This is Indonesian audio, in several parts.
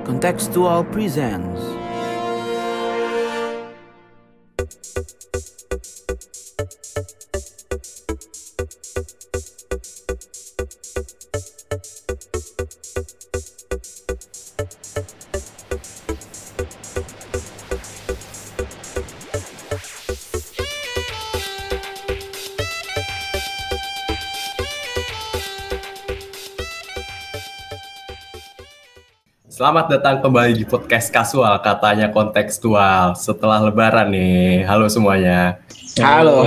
Contextual presents. Selamat datang kembali di podcast Kasual, katanya kontekstual. Setelah lebaran nih, halo semuanya. Halo.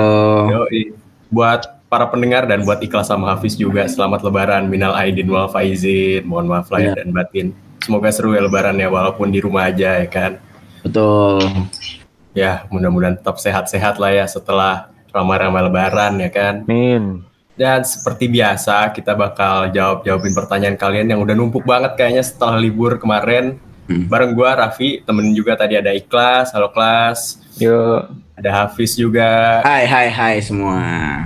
Yoi. Buat para pendengar dan buat Ikhlas sama Hafiz juga, selamat lebaran. Minal aidin wal faizin, mohon maaf lahir dan batin. Semoga seru ya lebarannya, walaupun di rumah aja ya kan. Betul. Ya, mudah-mudahan tetap sehat-sehat lah ya setelah ramai-ramai lebaran ya kan. Amin. Dan seperti biasa, kita bakal jawabin pertanyaan kalian yang udah numpuk banget kayaknya setelah libur kemarin. Bareng gue, Raffi, temen juga tadi ada Ikhlas, halo kelas. Yuk. Ada Hafiz juga. Hai semua.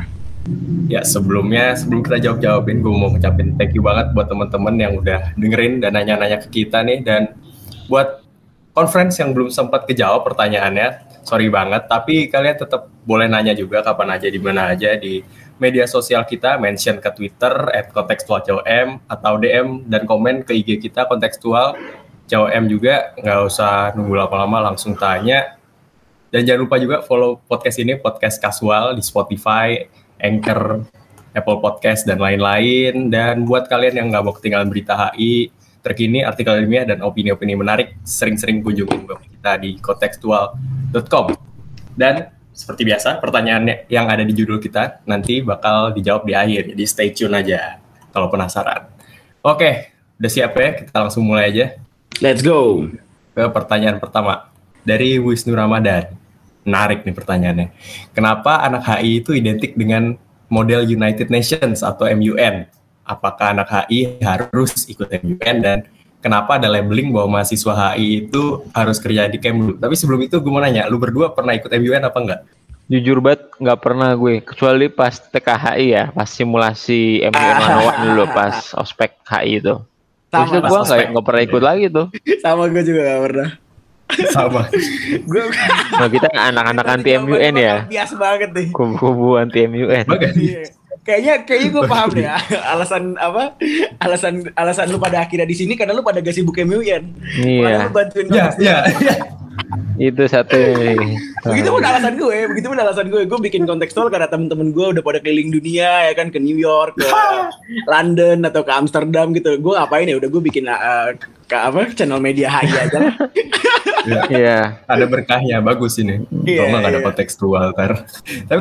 Ya, sebelum kita jawabin, gue mau ngucapin thank you banget buat teman-teman yang udah dengerin dan nanya-nanya ke kita nih. Dan buat conference yang belum sempat kejawab pertanyaannya, sorry banget. Tapi kalian tetap boleh nanya juga kapan aja, di mana aja, di media sosial kita, mention ke Twitter @kontekstualcom atau DM dan komen ke IG kita kontekstual COM juga, nggak usah nunggu lama-lama, langsung tanya. Dan jangan lupa juga follow podcast ini, podcast Kasual di Spotify, Anchor, Apple Podcast dan lain-lain. Dan buat kalian yang nggak mau ketinggalan berita HI terkini, artikel ilmiah dan opini-opini menarik, sering-sering kunjungin blog kita di kontekstual.com. Dan seperti biasa, pertanyaan yang ada di judul kita nanti bakal dijawab di akhir, jadi stay tune aja kalau penasaran. Oke, udah siap ya? Kita langsung mulai aja. Let's go. Ke pertanyaan pertama, dari Wisnu Ramadan. Menarik nih pertanyaannya. Kenapa anak HI itu identik dengan model United Nations atau MUN? Apakah anak HI harus ikut MUN, dan kenapa ada labeling bahwa mahasiswa HI itu harus kerja di Kemlu? Tapi sebelum itu gue mau nanya, lu berdua pernah ikut MUN apa enggak? Jujur banget nggak pernah gue, kecuali pas TKHI ya, pas simulasi MUN 101 dulu, pas ospek HI itu. Terus itu gue nggak pernah ikut lagi tuh. Sama gue juga nggak pernah. Sama. Nah, kita anak-anak anti MUN ya. Bias banget nih. Kubu-kubu anti MUN. Kayaknya gue paham deh alasan lu pada akhirnya di sini karena lu pada gak sibuk MUN. Iya. Lu bantuin Iya. Itu satu nih. Begitu pun alasan gue. Gue bikin kontekstual karena temen-temen gue udah pada keliling dunia ya kan, ke New York, ke London atau ke Amsterdam gitu. Gue ngapain ya? Udah gue bikin channel media HI aja. Iya. Ada berkahnya, bagus ini. Kalau nggak ada kontekstual ntar. Tapi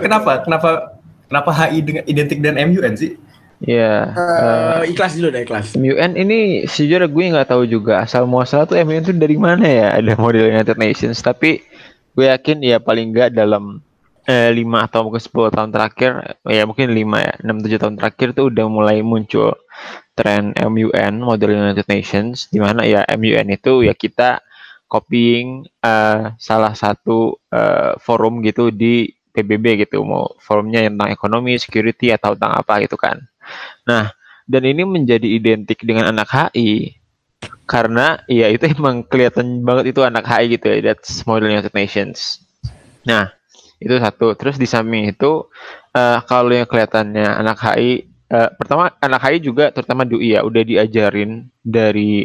kenapa HI identik dengan MUN sih? Iya. Ikhlas dulu deh, ikhlas. MUN ini sejujurnya gue nggak tahu juga asal muasal tuh MUN itu dari mana ya. Ada model United Nations, tapi gue yakin ya paling nggak dalam 5 atau mungkin 10 tahun terakhir, ya mungkin 6-7 tahun terakhir tuh udah mulai muncul tren MUN, model United Nations, di mana ya MUN itu ya kita copying salah satu forum gitu di PBB gitu, mau forumnya tentang ekonomi, security atau tentang apa gitu kan. Nah, dan ini menjadi identik dengan anak HI karena ya itu emang kelihatan banget itu anak HI gitu ya, that's model United Nations. Nah, itu satu. Terus di samping itu kalau yang kelihatannya anak HI, pertama anak HI juga terutama di UI ya udah diajarin dari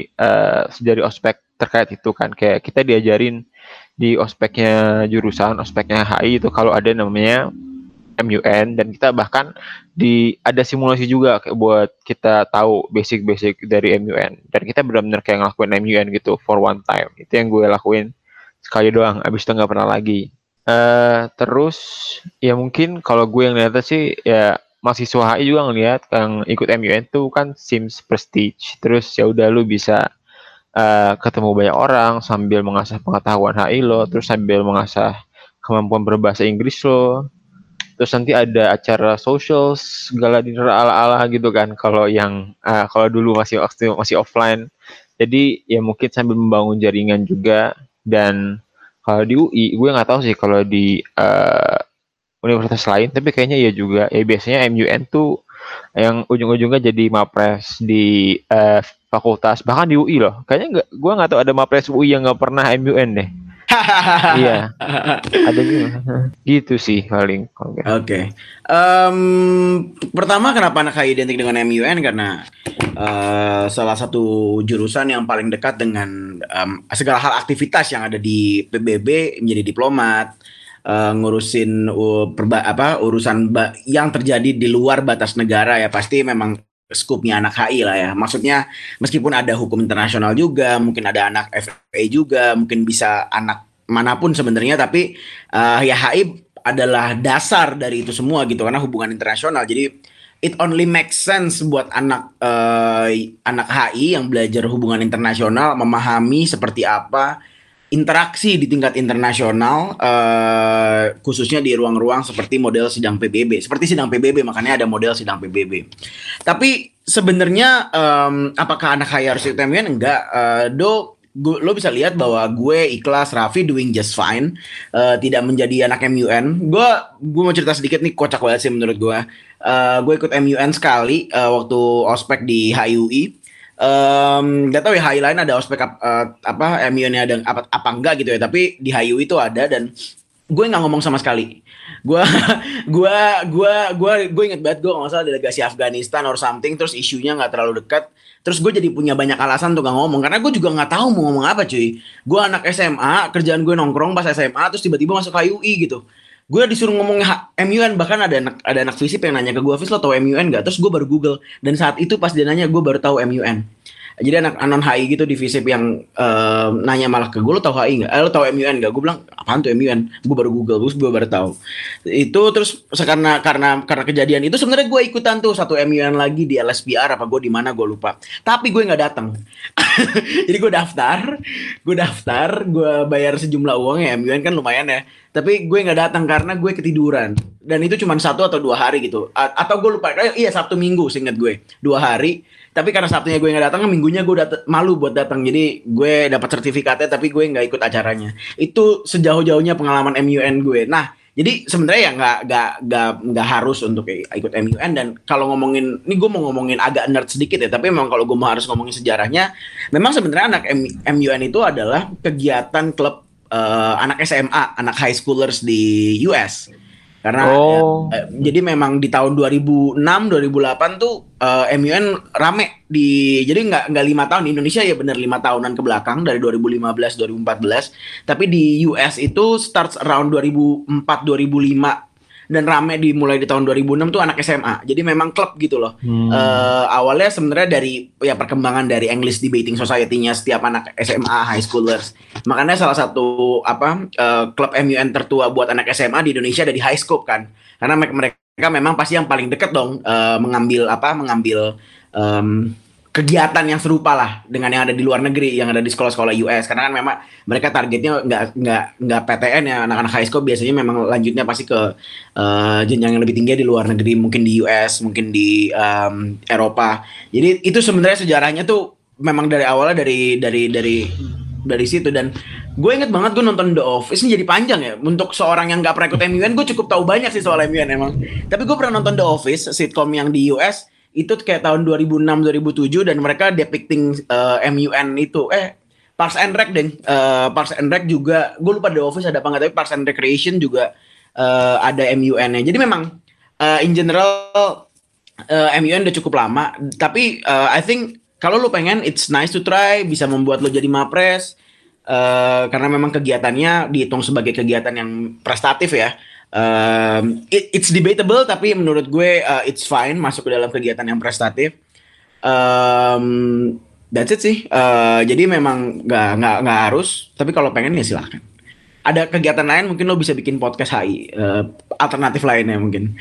ospek terkait itu kan, kayak kita diajarin di ospeknya jurusan, ospeknya HI itu kalau ada namanya MUN, dan kita bahkan ada simulasi juga kayak buat kita tahu basic dari MUN, dan kita benar-benar kayak ngelakuin MUN gitu for one time. Itu yang gue lakuin sekali doang, abis itu nggak pernah lagi. Terus ya mungkin kalau gue yang lihat sih ya mahasiswa HI juga ngelihat yang ikut MUN tuh kan seems prestige, terus ya udah lu bisa ketemu banyak orang sambil mengasah pengetahuan HI lo, terus sambil mengasah kemampuan berbahasa Inggris lo. Terus nanti ada acara socials, gala dinner ala-ala gitu kan. Kalau dulu masih offline. Jadi ya mungkin sambil membangun jaringan juga. Dan kalau di UI, gue nggak tahu sih kalau di universitas lain, tapi kayaknya ya juga. Ya biasanya MUN tuh yang ujung-ujungnya jadi mapres di fakultas, bahkan di UI loh. Kayaknya gue nggak tahu ada mapres UI yang nggak pernah MUN deh. Iya, ada juga. Gitu sih paling. Oke. Pertama kenapa anak HI identik dengan MUN karena salah satu jurusan yang paling dekat dengan segala hal aktivitas yang ada di PBB, menjadi diplomat, ngurusin urusan yang terjadi di luar batas negara ya pasti memang skupnya anak HI lah ya. Maksudnya meskipun ada hukum internasional juga, mungkin ada anak FA juga, mungkin bisa anak manapun sebenarnya, tapi ya HI adalah dasar dari itu semua gitu karena hubungan internasional. Jadi it only makes sense buat anak HI yang belajar hubungan internasional memahami seperti apa interaksi di tingkat internasional, khususnya di ruang-ruang seperti model sidang PBB. Seperti sidang PBB, makanya ada model sidang PBB. Tapi sebenarnya apakah anak HI harus ikut MUN? Enggak. Lo bisa lihat bahwa gue, Ikhlas, Raffi doing just fine, tidak menjadi anak MUN. Gue mau cerita sedikit nih, kocak banget sih menurut gue. Gue ikut MUN sekali waktu ospek di HIUI. Gak tau ya HI lain ada ospek MUN-nya ada apa enggak gitu ya, tapi di HIUI itu ada dan gue nggak ngomong sama sekali. Gue inget banget gue nggak salah delegasi Afghanistan or something, terus isunya nggak terlalu dekat. Terus gue jadi punya banyak alasan untuk gak ngomong karena gue juga nggak tahu mau ngomong apa cuy. Gue anak SMA, kerjaan gue nongkrong pas SMA, terus tiba-tiba masuk HIUI gitu. Gue disuruh ngomong MUN, bahkan ada anak FISIP yang nanya ke gue, Fis lo tau MUN gak? Terus gue baru Google, dan saat itu pas dia nanya gue baru tahu MUN. Jadi anak anon HI gitu di FISIP yang nanya malah ke gue, lo tau HI gak? Lo tau MUN gak? Gue bilang apaan tuh MUN? Gue baru Google, terus gue baru tahu. Itu terus karena kejadian itu sebenarnya gue ikutan tuh satu MUN lagi di LSPR apa gue di mana gue lupa. Tapi gue nggak datang. Jadi gue daftar, gue bayar sejumlah uang ya, MUN kan lumayan ya. Tapi gue nggak datang karena gue ketiduran. Dan itu cuma 1 atau 2 hari gitu. Atau gue lupa, iya Sabtu Minggu seingat gue, 2 hari. Tapi karena Sabtunya gue nggak datang, minggunya gue malu buat datang. Jadi gue dapat sertifikatnya, tapi gue nggak ikut acaranya. Itu sejauh-jauhnya pengalaman MUN gue. Nah, jadi sebenarnya ya nggak harus untuk ikut MUN. Dan kalau ngomongin, ini gue mau ngomongin agak nerd sedikit ya, tapi memang kalau gue mau harus ngomongin sejarahnya, memang sebenarnya anak MUN itu adalah kegiatan klub anak SMA, anak high schoolers di US. Karena jadi memang di tahun 2006, 2008 tuh MUN rame jadi nggak 5 tahun di Indonesia ya, bener 5 tahunan ke belakang dari 2015, 2014. Tapi di US itu starts around 2004, 2005 dan rame dimulai di tahun 2006 tuh anak SMA. Jadi memang klub gitu loh. Awalnya sebenarnya dari ya perkembangan dari English Debating Society-nya setiap anak SMA high schoolers. Makanya salah satu klub MUN tertua buat anak SMA di Indonesia ada di High Scope kan. Karena mereka memang pasti yang paling dekat dong mengambil kegiatan yang serupa lah dengan yang ada di luar negeri, yang ada di sekolah-sekolah US. Karena kan memang mereka targetnya nggak PTN ya, anak-anak high school biasanya memang lanjutnya pasti ke jenjang yang lebih tinggi di luar negeri, mungkin di US, mungkin di Eropa. Jadi itu sebenarnya sejarahnya tuh memang dari awalnya dari situ. Dan gue inget banget gue nonton The Office, ini jadi panjang ya. Untuk seorang yang nggak pernah ikut MUN, gue cukup tahu banyak sih soal MUN emang. Tapi gue pernah nonton The Office, sitcom yang di US. Itu kayak tahun 2006-2007 dan mereka depicting MUN itu Parks and Rec Parks and Rec juga, gue lupa The Office ada apa nggak, tapi Parks and Recreation juga ada MUN-nya. Jadi memang in general MUN udah cukup lama, tapi I think kalau lu pengen, it's nice to try, bisa membuat lo jadi mapres karena memang kegiatannya dihitung sebagai kegiatan yang prestatif ya. It's debatable, tapi menurut gue it's fine masuk ke dalam kegiatan yang prestatif. That's it sih. Jadi memang nggak harus, tapi kalau pengen ya silahkan. Ada kegiatan lain mungkin lo bisa bikin podcast HI, alternatif lainnya mungkin.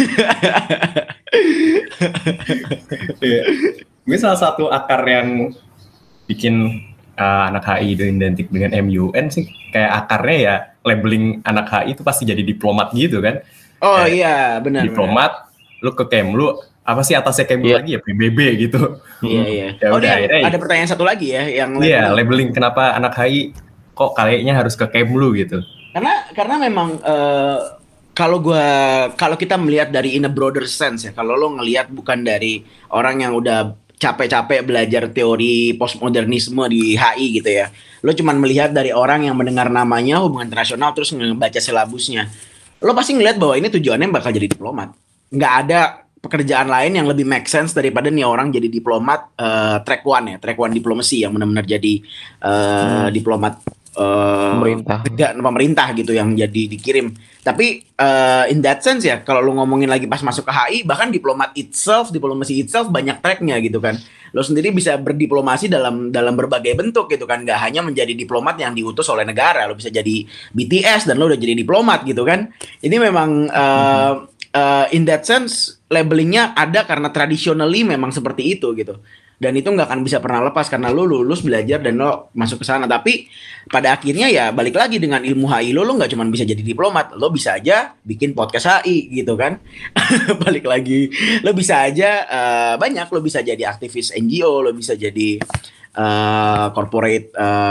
Gue salah satu akar yang bikin anak HI identik dengan MUN sih, kayak akarnya ya labeling anak HI itu pasti jadi diplomat gitu kan. Oh iya benar. Diplomat, lu ke Kemlu, apa sih atasnya Kemlu lagi ya, PBB gitu. Iya. Ya udah, ada pertanyaan satu lagi ya yang labeling kenapa anak HI kok kayaknya harus ke Kemlu gitu. Karena memang kalau kita melihat dari in a broader sense ya, kalau lo ngelihat bukan dari orang yang udah capek-capek belajar teori postmodernisme di HI gitu ya, lo cuman melihat dari orang yang mendengar namanya hubungan internasional terus ngebaca silabusnya, lo pasti ngelihat bahwa ini tujuannya bakal jadi diplomat. Nggak ada pekerjaan lain yang lebih make sense daripada nih orang jadi diplomat track one diplomasi yang benar-benar jadi diplomat pemerintah gitu yang jadi dikirim. Tapi in that sense ya, kalau lu ngomongin lagi pas masuk ke HI, bahkan diplomasi itself banyak tracknya gitu kan. Lo sendiri bisa berdiplomasi dalam berbagai bentuk gitu kan, nggak hanya menjadi diplomat yang diutus oleh negara, lo bisa jadi BTS dan lo udah jadi diplomat gitu kan. Ini memang in that sense labelingnya ada karena traditionally memang seperti itu gitu. Dan itu nggak akan bisa pernah lepas karena lo lulus belajar dan lo masuk ke sana. Tapi pada akhirnya ya balik lagi dengan ilmu HI lo nggak cuma bisa jadi diplomat, lo bisa aja bikin podcast HI gitu kan. Balik lagi, lo bisa aja banyak, lo bisa jadi aktivis NGO, lo bisa jadi corporate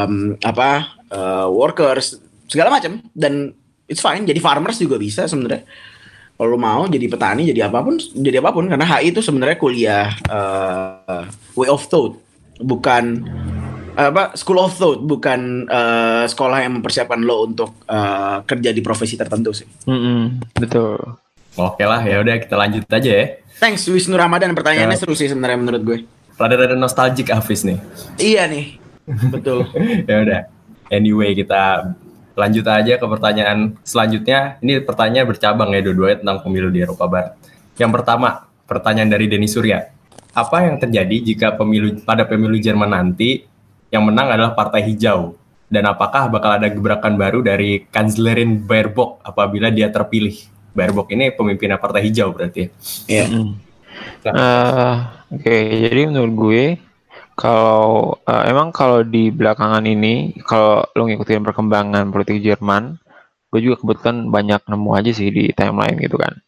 workers segala macam, dan it's fine. Jadi farmers juga bisa sebenarnya. Kalau lo mau jadi petani, jadi apapun karena HI itu sebenarnya kuliah way of thought, bukan school of thought, bukan sekolah yang mempersiapkan lo untuk kerja di profesi tertentu sih. Betul. Oke lah, ya udah kita lanjut aja ya. Thanks Wisnu Ramadan, pertanyaannya seru sih sebenarnya menurut gue. Rada-rada nostalgic Hafiz nih. Iya nih, betul. Ya udah. Anyway, kita lanjut aja ke pertanyaan selanjutnya. Ini pertanyaan bercabang ya, dua-duanya tentang pemilu di Eropa Barat. Yang pertama, pertanyaan dari Denny Surya. Apa yang terjadi jika pada pemilu Jerman nanti yang menang adalah Partai Hijau? Dan apakah bakal ada gebrakan baru dari Kanzlerin Baerbock apabila dia terpilih? Baerbock ini pemimpinnya Partai Hijau berarti ya? Iya. Oke, jadi menurut gue kalau emang kalau di belakangan ini kalau lo ngikutin perkembangan politik Jerman, gue juga kebetulan banyak nemu aja sih di timeline gitu kan.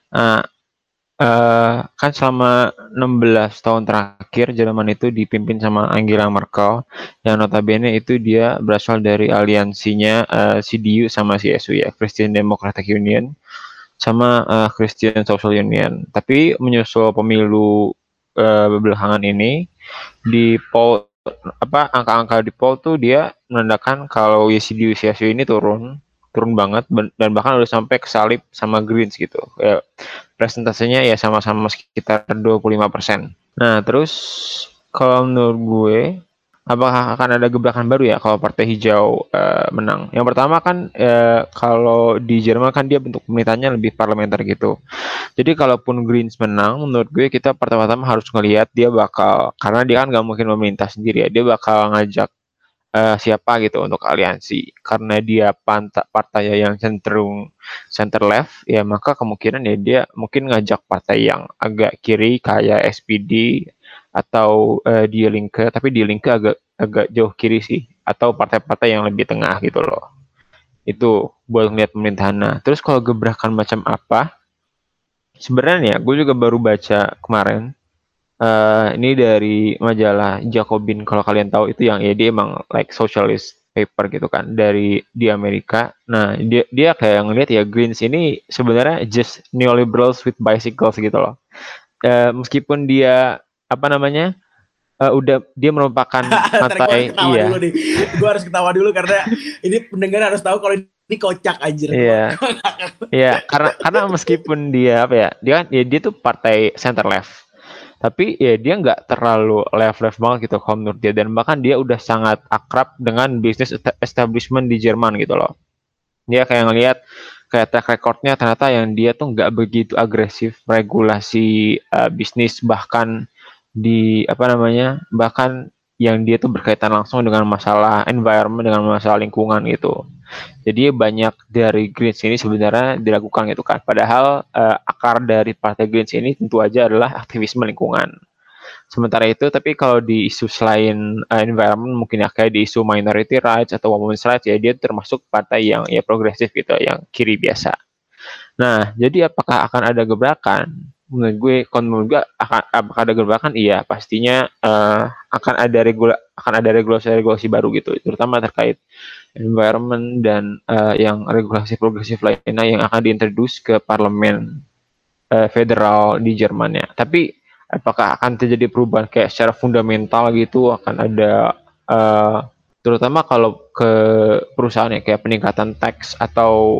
Kan selama 16 tahun terakhir Jerman itu dipimpin sama Angela Merkel yang notabene itu dia berasal dari aliansinya CDU sama CSU ya, Christian Democratic Union sama Christian Social Union. Tapi menyusul pemilu belakangan ini di poll angka-angka di poll tuh dia menandakan kalau CDU CSU ini turun banget dan bahkan udah sampai kesalip sama Greens gitu. Ya, presentasenya ya sama-sama sekitar 25%. Nah, terus kalau menurut gue apakah akan ada gebrakan baru ya kalau Partai Hijau menang? Yang pertama kan kalau di Jerman kan dia bentuk pemerintahnya lebih parlementer gitu. Jadi kalaupun Greens menang, menurut gue kita pertama-tama harus ngelihat dia bakal, karena dia kan nggak mungkin memerintah sendiri ya, dia bakal ngajak siapa gitu untuk aliansi. Karena dia partai yang cenderung center left, ya maka kemungkinan ya dia mungkin ngajak partai yang agak kiri kayak SPD atau Die Linke, tapi Die Linke agak jauh kiri sih, atau partai-partai yang lebih tengah gitu loh. Itu buat ngeliat pemerintahan. Nah, terus kalau gebrakan macam apa? Sebenarnya gue juga baru baca kemarin. Ini dari majalah Jacobin, kalau kalian tahu itu yang ya dia emang like socialist paper gitu kan di Amerika. Nah, dia kayak ngeliat ya Greens ini sebenarnya just neoliberals with bicycles gitu loh. Meskipun dia udah dia merupakan partai iya. Gue harus ketawa dulu karena ini pendengar harus tahu kalau ini kocak aja. Iya. Iya, karena meskipun dia dia tuh partai center left. Tapi ya dia nggak terlalu left banget gitu kalau menurut dia, dan bahkan dia udah sangat akrab dengan bisnis establishment di Jerman gitu loh. Dia kayak ngelihat kayak track recordnya ternyata yang dia tuh nggak begitu agresif regulasi bisnis, bahkan bahkan yang dia tuh berkaitan langsung dengan masalah environment, dengan masalah lingkungan gitu. Jadi banyak dari Greens ini sebenarnya dilakukan gitu kan. Padahal akar dari Partai Greens ini tentu aja adalah aktivisme lingkungan. Sementara itu, tapi kalau di isu selain environment, mungkin ya kayak di isu minority rights atau women's rights, ya dia termasuk partai yang ya progresif gitu, yang kiri biasa. Nah, jadi apakah akan ada gebrakan? menurut gue apakah ada gebrakan? Iya, pastinya akan ada regulasi baru gitu, terutama terkait environment dan yang regulasi progresif lainnya yang akan diintroduce ke parlemen federal di Jerman ya. Tapi apakah akan terjadi perubahan kayak secara fundamental gitu? Akan ada terutama kalau ke perusahaan ya, kayak peningkatan tax atau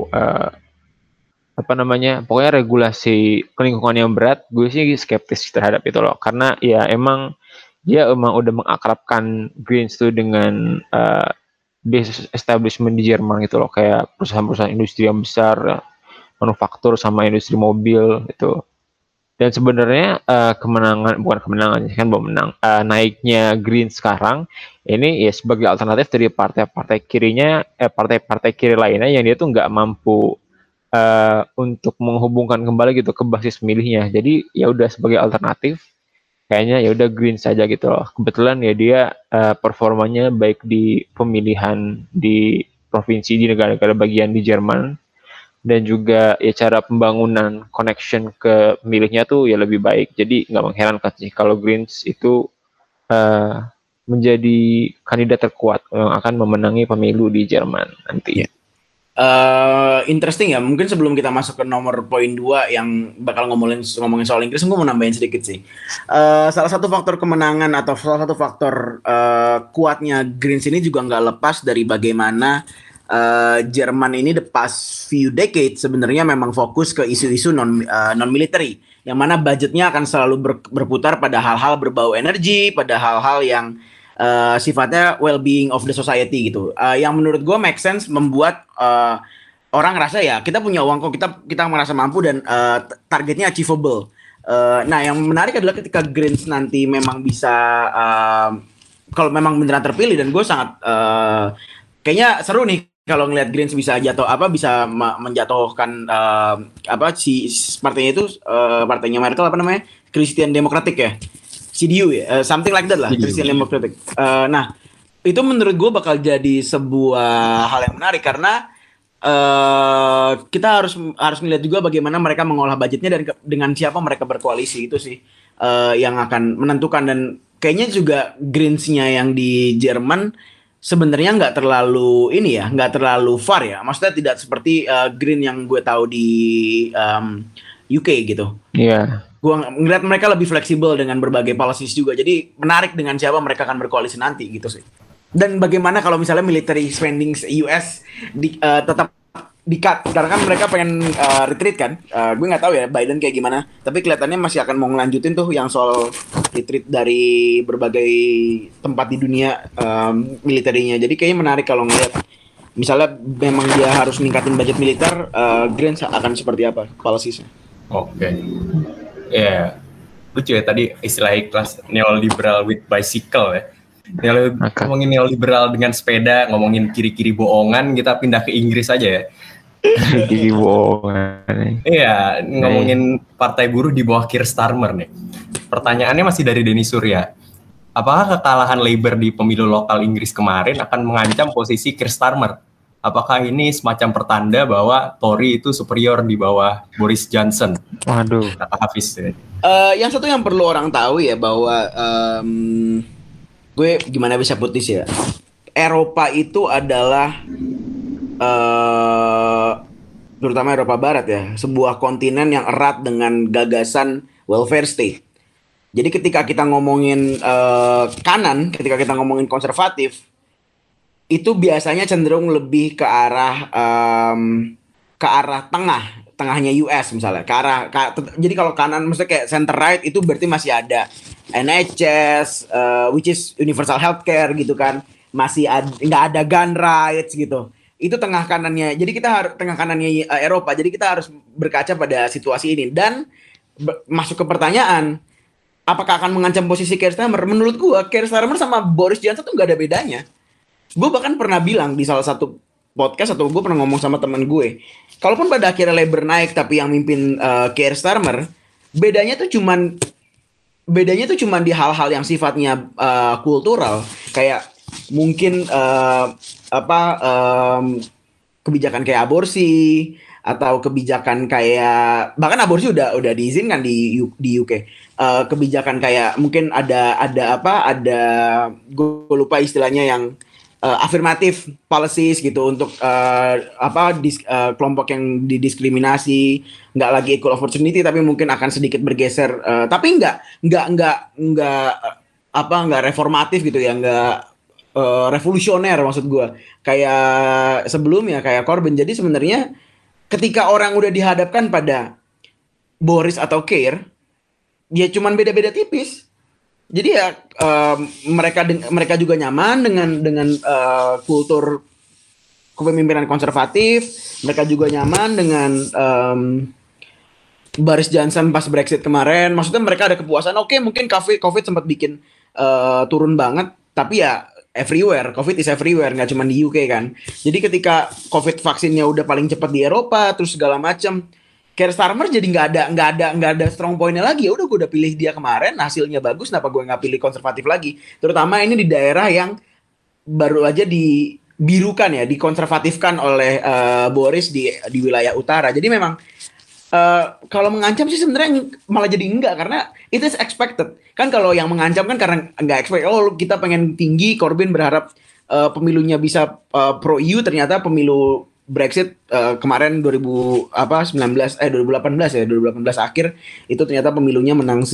pokoknya regulasi lingkungan yang berat. Gue sih skeptis terhadap itu loh, karena ya emang udah mengakrabkan Greens tuh dengan business establishment di Jerman gitu loh, kayak perusahaan-perusahaan industri yang besar, manufaktur sama industri mobil gitu. Dan sebenarnya bukan kemenangan kan, belum menang, naiknya Green sekarang ini ya sebagai alternatif dari partai-partai kirinya, partai-partai kiri lainnya yang dia tuh nggak mampu untuk menghubungkan kembali gitu ke basis pemilihnya. Jadi ya udah sebagai alternatif kayaknya ya udah Green saja gitu loh. Kebetulan ya dia performanya baik di pemilihan di provinsi di negara-negara bagian di Jerman, dan juga ya cara pembangunan connection ke pemilihnya tuh ya lebih baik. Jadi nggak mengherankan sih kalau Greens itu menjadi kandidat terkuat yang akan memenangi pemilu di Jerman nanti. Interesting ya. Mungkin sebelum kita masuk ke nomor poin 2 yang bakal ngomongin soal Inggris, gue mau nambahin sedikit sih. Salah satu faktor kemenangan atau salah satu faktor kuatnya Greens ini juga nggak lepas dari bagaimana Jerman ini the past few decades sebenarnya memang fokus ke isu-isu non military, yang mana budgetnya akan selalu berputar pada hal-hal berbau energi, pada hal-hal yang sifatnya well-being of the society gitu. Yang menurut gue make sense, membuat orang ngerasa ya kita punya uang kok, kita merasa mampu dan targetnya achievable. Nah yang menarik adalah ketika Greens nanti memang bisa kalau memang beneran terpilih, dan gue sangat kayaknya seru nih kalau ngelihat Greens bisa bisa menjatuhkan si partainya itu, partainya Merkel, apa namanya, Christian Democratic ya, CDU ya, something like that lah, CDU. Christian Democratic. Nah itu menurut gue bakal jadi sebuah hal yang menarik, karena kita harus melihat juga bagaimana mereka mengolah budgetnya dan dengan siapa mereka berkoalisi. Itu sih yang akan menentukan. Dan kayaknya juga Greens-nya yang di Jerman sebenarnya nggak terlalu far ya. Maksudnya tidak seperti Green yang gue tahu di UK gitu. Iya. Yeah. Gue ngeliat mereka lebih fleksibel dengan berbagai policies juga. Jadi menarik dengan siapa mereka akan berkoalisi nanti gitu sih. Dan bagaimana kalau misalnya military spending US tetap di-cut, karena kan mereka pengen retreat kan. Gue nggak tahu ya Biden kayak gimana, tapi kelihatannya masih akan mau ngelanjutin tuh yang soal retreat dari berbagai tempat di dunia militernya. Jadi kayaknya menarik kalau ngeliat misalnya memang dia harus ningkatin budget militer, Greens akan seperti apa policy-nya. Oke. Ya, lucu ya tadi istilah kelas neoliberal with bicycle ya. Ngomongin neoliberal dengan sepeda, ngomongin kiri-kiri bohongan, kita pindah ke Inggris aja ya. Kiri bohongan. Iya, ngomongin partai buruh di bawah Keir Starmer nih. Pertanyaannya masih dari Denny Surya. Apakah kekalahan Labour di pemilu lokal Inggris kemarin akan mengancam posisi Keir Starmer? Apakah ini semacam pertanda bahwa Tory itu superior di bawah Boris Johnson? Waduh. Kata Hafiz ya. Yang satu yang perlu orang tahu ya, bahwa gue gimana bisa putus ya, Eropa itu adalah terutama Eropa Barat ya, sebuah kontinen yang erat dengan gagasan welfare state. Jadi ketika kita ngomongin kanan, ketika kita ngomongin konservatif, itu biasanya cenderung lebih ke arah tengahnya US misalnya, jadi kalau kanan maksudnya kayak center right itu berarti masih ada NHS, which is universal healthcare gitu kan, masih nggak ada gun rights gitu. Itu tengah kanannya. Jadi kita harus tengah kanannya Eropa. Jadi kita harus berkaca pada situasi ini dan masuk ke pertanyaan, apakah akan mengancam posisi Keir Starmer? Menurut gua Keir Starmer sama Boris Johnson tuh nggak ada bedanya. Gue bahkan pernah bilang di salah satu podcast, atau gue pernah ngomong sama teman gue, kalaupun pada akhirnya Labour naik tapi yang mimpin Keir Starmer, bedanya tuh cuman di hal-hal yang sifatnya kultural, kayak mungkin kebijakan kayak aborsi, atau kebijakan kayak bahkan aborsi udah diizinkan di UK. Kebijakan kayak mungkin ada gue lupa istilahnya yang afirmative policies gitu untuk kelompok yang didiskriminasi, nggak lagi equal opportunity tapi mungkin akan sedikit bergeser, tapi nggak reformatif gitu ya, nggak revolusioner maksud gue kayak sebelumnya kayak Corbyn. Jadi sebenarnya ketika orang udah dihadapkan pada Boris atau Keir, dia cuman beda-beda tipis. Jadi ya mereka juga nyaman dengan kultur kepemimpinan konservatif. Mereka juga nyaman dengan Boris Johnson pas Brexit kemarin. Maksudnya mereka ada kepuasan. Oke, mungkin COVID sempat bikin turun banget, tapi ya everywhere, COVID is everywhere, nggak cuma di UK kan. Jadi ketika COVID vaksinnya udah paling cepat di Eropa, terus segala macam, Keir Starmer jadi nggak ada strong pointnya lagi. Ya udah gue udah pilih dia kemarin, hasilnya bagus, kenapa gue nggak pilih konservatif lagi? Terutama ini di daerah yang baru aja dibirukan ya, dikonservatifkan oleh Boris di wilayah utara. Jadi memang kalau mengancam sih sebenarnya malah jadi enggak, karena it is expected. Kan kalau yang mengancam kan karena enggak expect, oh kita pengen tinggi, Corbyn berharap pemilunya bisa pro EU, ternyata pemilu Brexit kemarin 2018 akhir itu ternyata pemilunya menang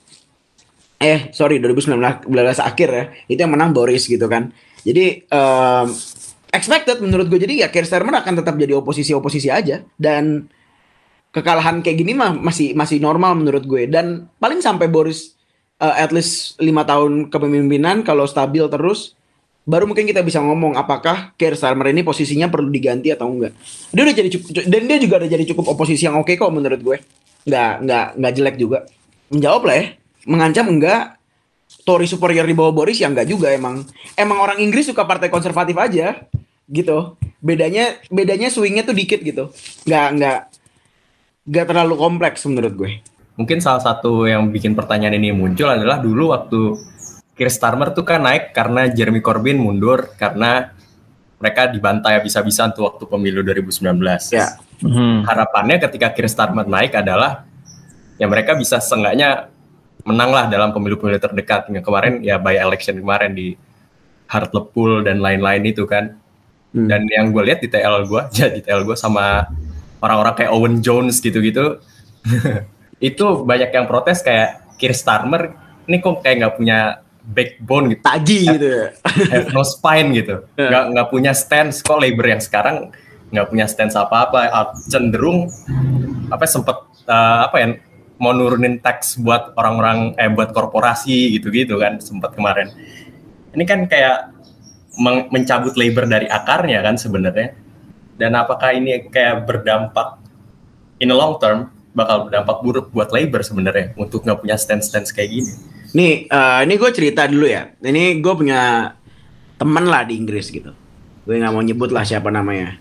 2019 akhir ya, itu yang menang Boris gitu kan. Jadi expected menurut gue. Jadi ya Keir Starmer akan tetap jadi oposisi aja, dan kekalahan kayak gini mah masih normal menurut gue. Dan paling sampai Boris at least 5 tahun kepemimpinan kalau stabil terus, baru mungkin kita bisa ngomong apakah Keir Starmer ini posisinya perlu diganti atau enggak. Dia udah jadi dan dia juga udah jadi cukup oposisi yang oke kok menurut gue. Nggak jelek juga. Menjawab lah ya. Mengancam enggak. Tory superior di bawah Boris ya enggak juga. Emang orang Inggris suka partai konservatif aja gitu. Bedanya swingnya tuh dikit gitu. Nggak terlalu kompleks menurut gue. Mungkin salah satu yang bikin pertanyaan ini muncul adalah dulu waktu Keir Starmer tuh kan naik karena Jeremy Corbyn mundur karena mereka dibantai habis-habisan tuh waktu pemilu 2019. Ya. Harapannya ketika Keir Starmer naik adalah ya mereka bisa seenggaknya menang lah dalam pemilu-pemilu terdekat. Yang kemarin ya by election kemarin di Hartlepool dan lain-lain itu kan. Dan yang gue lihat di TL gue sama orang-orang kayak Owen Jones gitu-gitu itu banyak yang protes kayak Keir Starmer ini kok kayak nggak punya backbone gitu, taji gitu ya, have no spine gitu, nggak punya stance. Kok Labour yang sekarang nggak punya stance apa-apa, cenderung sempat mau nurunin tax buat orang-orang buat korporasi gitu-gitu kan sempat kemarin. Ini kan kayak mencabut Labour dari akarnya kan sebenarnya. Dan apakah ini kayak berdampak in the long term, bakal berdampak buruk buat Labour sebenarnya untuk nggak punya stance kayak gini? Nih, ini gue cerita dulu ya. Ini gue punya teman lah di Inggris gitu. Gue nggak mau nyebut lah siapa namanya.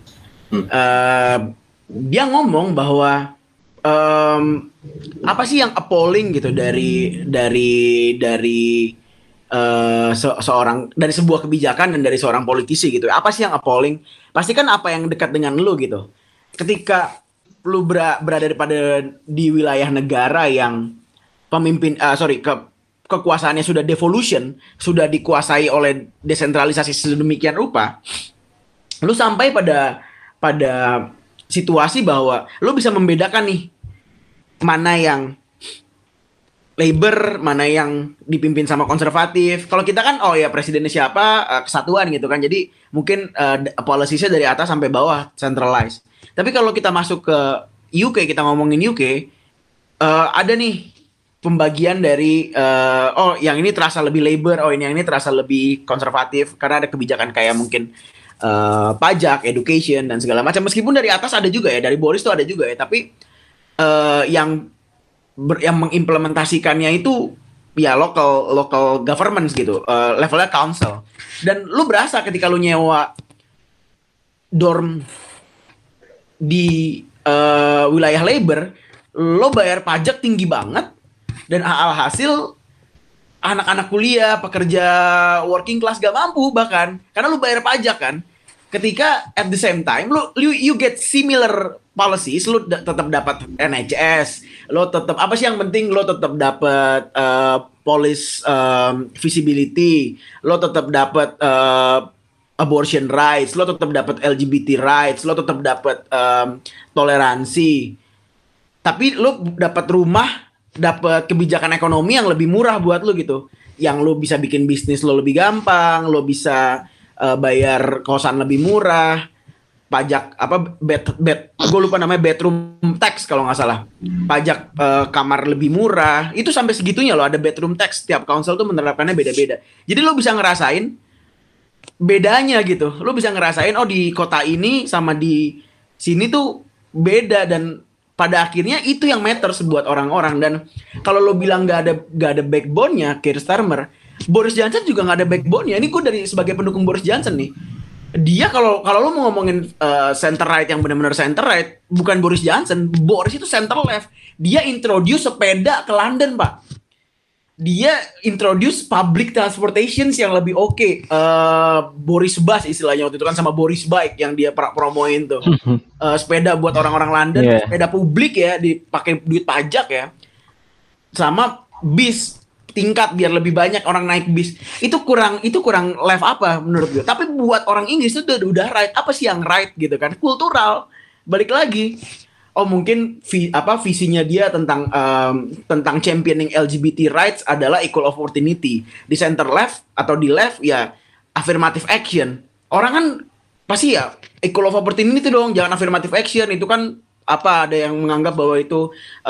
Dia ngomong bahwa apa sih yang appalling gitu dari sebuah kebijakan dan dari seorang politisi gitu. Apa sih yang appalling? Pasti kan apa yang dekat dengan lu gitu. Ketika lu berada di wilayah negara yang kekuasaannya sudah devolution, sudah dikuasai oleh desentralisasi sedemikian rupa, lu sampai pada situasi bahwa lu bisa membedakan nih mana yang Labour, mana yang dipimpin sama konservatif. Kalau kita kan, presidennya siapa, kesatuan gitu kan. Jadi mungkin policy-nya dari atas sampai bawah, centralized. Tapi kalau kita masuk ke UK, kita ngomongin UK, ada nih pembagian dari, yang ini terasa lebih Labour, yang ini terasa lebih konservatif. Karena ada kebijakan kayak mungkin pajak, education, dan segala macam. Meskipun dari atas ada juga ya, dari Boris tuh ada juga ya. Tapi yang mengimplementasikannya itu ya local governments gitu, levelnya council. Dan lu berasa ketika lu nyewa dorm di wilayah Labour, lu bayar pajak tinggi banget, dan alhasil anak-anak kuliah, pekerja working class gak mampu bahkan, karena lu bayar pajak kan. Ketika at the same time you get similar policies, lo tetap dapat NHS, lo tetap apa sih yang penting, lo tetap dapat police visibility, lo tetap dapat abortion rights, lo tetap dapat LGBT rights, lo tetap dapat toleransi. Tapi lo dapat rumah, dapat kebijakan ekonomi yang lebih murah buat lo gitu. Yang lo bisa bikin bisnis lo lebih gampang, lo bisa bayar kosan lebih murah, pajak apa gue lupa namanya bedroom tax kalau nggak salah, pajak kamar lebih murah, itu sampai segitunya lo ada bedroom tax, setiap council tuh menerapkannya beda-beda. Jadi lo bisa ngerasain bedanya gitu, lo bisa ngerasain oh di kota ini sama di sini tuh beda, dan pada akhirnya itu yang matters buat orang-orang. Dan kalau lo bilang nggak ada backbone-nya Keir Starmer, Boris Johnson juga nggak ada backbone-nya. Ini gue dari sebagai pendukung Boris Johnson nih. Dia kalau lo mau ngomongin center right yang benar-benar center right, bukan Boris Johnson. Boris itu center left. Dia introduce sepeda ke London, Pak. Dia introduce public transportation yang lebih oke. Boris Bus istilahnya waktu itu kan, sama Boris Bike yang dia promoin tuh. Sepeda buat orang-orang London, sepeda publik ya, dipakai duit pajak ya. Sama bis tingkat biar lebih banyak orang naik bis. Itu kurang left apa menurut gue. Tapi buat orang Inggris itu udah right. Apa sih yang right gitu kan? Kultural. Balik lagi. Oh mungkin visinya dia tentang championing LGBT rights adalah equal opportunity. Di center left atau di left ya affirmative action. Orang kan pasti ya equal of opportunity itu dong, jangan affirmative action. Itu kan ada yang menganggap bahwa itu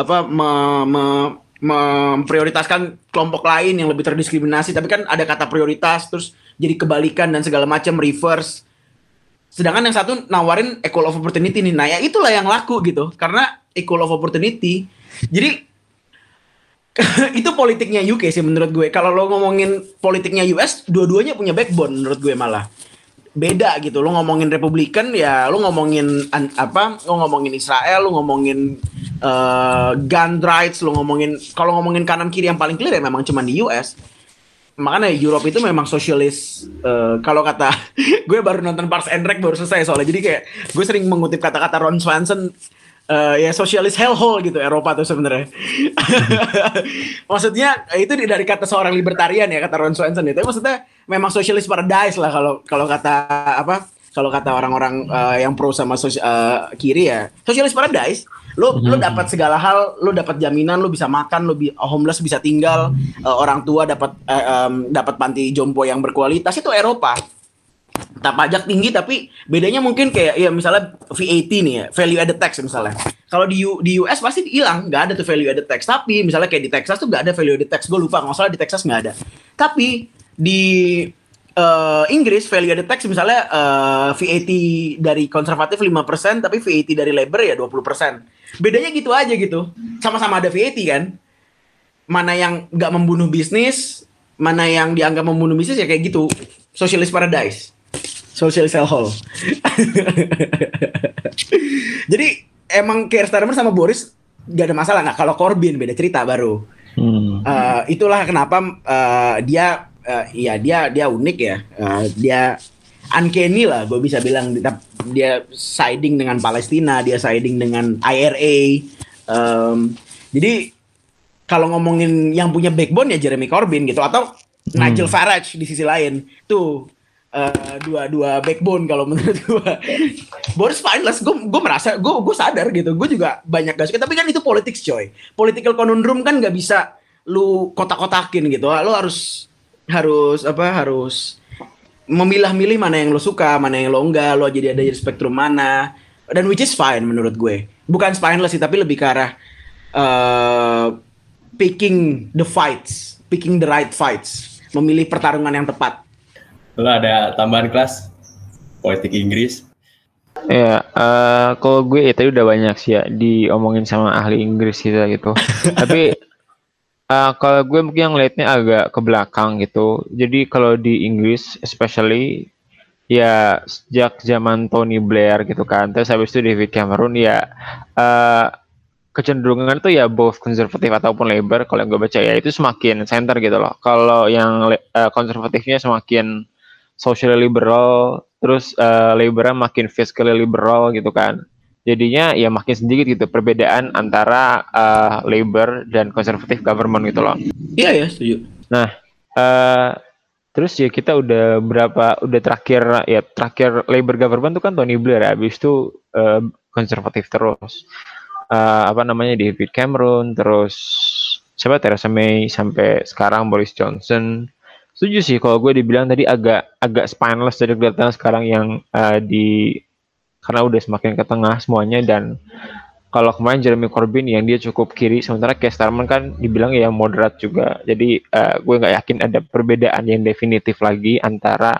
memprioritaskan kelompok lain yang lebih terdiskriminasi, tapi kan ada kata prioritas terus jadi kebalikan dan segala macam reverse. Sedangkan yang satu nawarin equal of opportunity nih. Nah ya itulah yang laku gitu, karena equal of opportunity. Jadi itu politiknya UK sih menurut gue. Kalau lo ngomongin politiknya US, dua-duanya punya backbone menurut gue malah. Beda gitu. Lo ngomongin Republikan ya lo ngomongin lo ngomongin Israel, lo ngomongin gun rights, lo ngomongin, kalau ngomongin kanan kiri yang paling clear ya memang cuma di US. Makanya Europe itu memang sosialis. Kalau kata gue baru nonton Parks and Rec baru selesai soalnya, jadi kayak gue sering mengutip kata-kata Ron Swanson, ya sosialis hellhole gitu Eropa tuh sebenarnya. Maksudnya itu dari kata seorang libertarian ya, kata Ron Swanson itu. Maksudnya memang sosialis paradise lah kalau kata orang-orang yang pro sama kiri ya. Sosialis paradise. Lo dapat segala hal, lo dapat jaminan, lo bisa makan, lo homeless bisa tinggal, orang tua dapat panti jompo yang berkualitas. Itu Eropa. Tak pajak tinggi, tapi bedanya mungkin kayak ya misalnya VAT nih ya, value added tax misalnya. Kalau di US pasti hilang, nggak ada tuh value added tax. Tapi misalnya kayak di Texas tuh nggak ada value added tax. Gue lupa, nggak salah di Texas nggak ada. Tapi di Inggris value added tax misalnya VAT dari konservatif 5%, tapi VAT dari labor ya 20%. Bedanya gitu aja gitu. Sama-sama ada VAT kan. Mana yang nggak membunuh bisnis, mana yang dianggap membunuh bisnis ya kayak gitu. Socialist paradise. Socialist hellhole. Jadi emang Keir Starmer sama Boris gak ada masalah. Nah kalau Corbyn beda cerita baru. Itulah kenapa dia unik ya. Dia uncanny lah, gue bisa bilang. Dia siding dengan Palestina, dia siding dengan IRA. Jadi kalau ngomongin yang punya backbone ya Jeremy Corbyn gitu, atau Nigel Farage di sisi lain. Tuh dua backbone kalau menurut gue. Boris spineless, gue merasa gue sadar gitu. Gue juga banyak gak suka, tapi kan itu politics coy. Political conundrum kan gak bisa lu kotak-kotakin gitu. Lo harus memilah-milih mana yang lo suka, mana yang lo enggak. Lo jadi ada di spektrum mana, dan which is fine menurut gue. Bukan spineless sih, tapi lebih ke arah picking the fights, picking the right fights, memilih pertarungan yang tepat. Lo ada tambahan kelas politik Inggris? Ya, kalau gue tadi udah banyak sih ya diomongin sama ahli Inggris gitu. Tapi kalau gue mungkin yang ngeliatnya agak ke belakang gitu. Jadi kalau di Inggris especially ya sejak zaman Tony Blair gitu kan, terus habis itu David Cameron ya kecenderungan tuh ya both konservatif ataupun Labour, kalau yang gue baca ya itu semakin center gitu loh. Kalau yang konservatifnya semakin social liberal, terus Labour makin fiscally liberal gitu kan. Jadinya ya makin sedikit gitu perbedaan antara labor dan conservative government gitu loh. Iya ya, setuju. Nah, terus ya kita udah terakhir labor government tuh kan Tony Blair, habis itu konservatif terus. David Cameron, terus siapa Theresa May, sampai sekarang Boris Johnson. Setuju sih kalau gue dibilang tadi agak spineless dari kelihatan sekarang yang karena udah semakin ke tengah semuanya. Dan kalau kemarin Jeremy Corbyn yang dia cukup kiri, sementara Keir Starmer kan dibilang ya moderat juga. Jadi gue nggak yakin ada perbedaan yang definitif lagi antara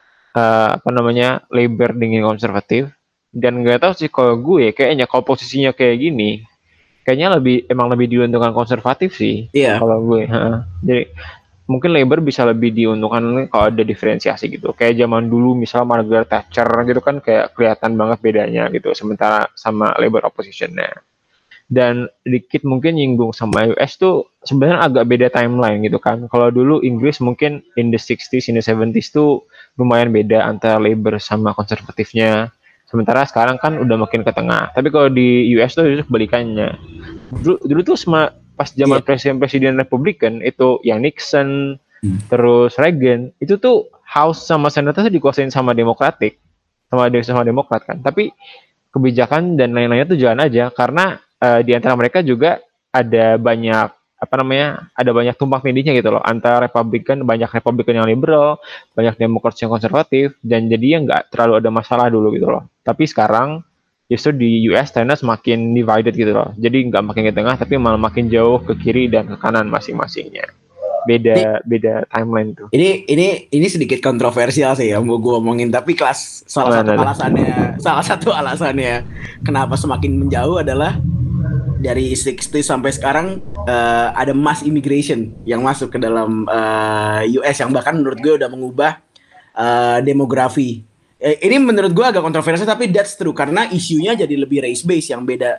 labor dengan konservatif. Dan nggak tahu sih kalau gue kayaknya kalau posisinya kayak gini kayaknya emang lebih diuntungkan konservatif sih. Iya. Kalau gue jadi mungkin labor bisa lebih diuntungkan kalau ada diferensiasi gitu. Kayak zaman dulu misalnya Margaret Thatcher gitu kan kayak kelihatan banget bedanya gitu. Sementara sama labor oppositionnya. Dan dikit mungkin nyinggung sama US tuh sebenarnya agak beda timeline gitu kan. Kalau dulu Inggris mungkin in the 60s, in the 70s tuh lumayan beda antara labor sama konservatifnya. Sementara sekarang kan udah makin ke tengah. Tapi kalau di US tuh justru kebalikannya. Dulu tuh pas zaman presiden Republikan itu yang Nixon, terus Reagan, itu tuh House sama Senate tuh dikuasain sama Demokrat kan. Tapi kebijakan dan lain-lainnya tuh jalan aja karena di antara mereka juga ada banyak tumpang tindihnya gitu loh, antara banyak Republikan yang liberal, banyak Demokrat yang konservatif, dan jadinya nggak terlalu ada masalah dulu gitu loh. Tapi sekarang justru di US trennya semakin divided gitu loh, jadi nggak makin ke tengah tapi malah makin jauh ke kiri dan ke kanan masing-masingnya. Beda timeline tuh. Ini sedikit kontroversial sih ya mau gue omongin, tapi salah satu alasannya kenapa semakin menjauh adalah dari 60 sampai sekarang ada mass immigration yang masuk ke dalam US yang bahkan menurut gue udah mengubah demografi. Ini menurut gue agak kontroversial tapi that's true karena isunya jadi lebih race based yang beda.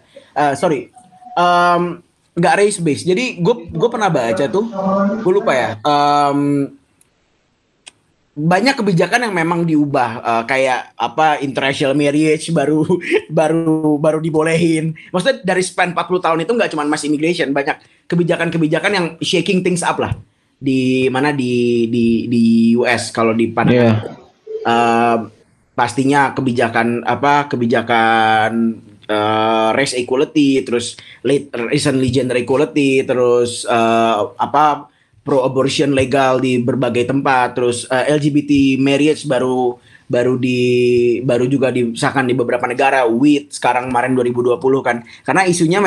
Nggak race based. Jadi gue pernah baca tuh, gue lupa ya. Banyak kebijakan yang memang diubah kayak interracial marriage baru dibolehin. Maksudnya dari span 40 tahun itu nggak cuma mass immigration, banyak kebijakan-kebijakan yang shaking things up lah di US kalau di Panama. Pastinya kebijakan race equality, terus recently gender equality, terus pro-abortion legal di berbagai tempat, terus LGBT marriage baru juga disahkan di beberapa negara, WIT sekarang kemarin 2020 kan. Karena isunya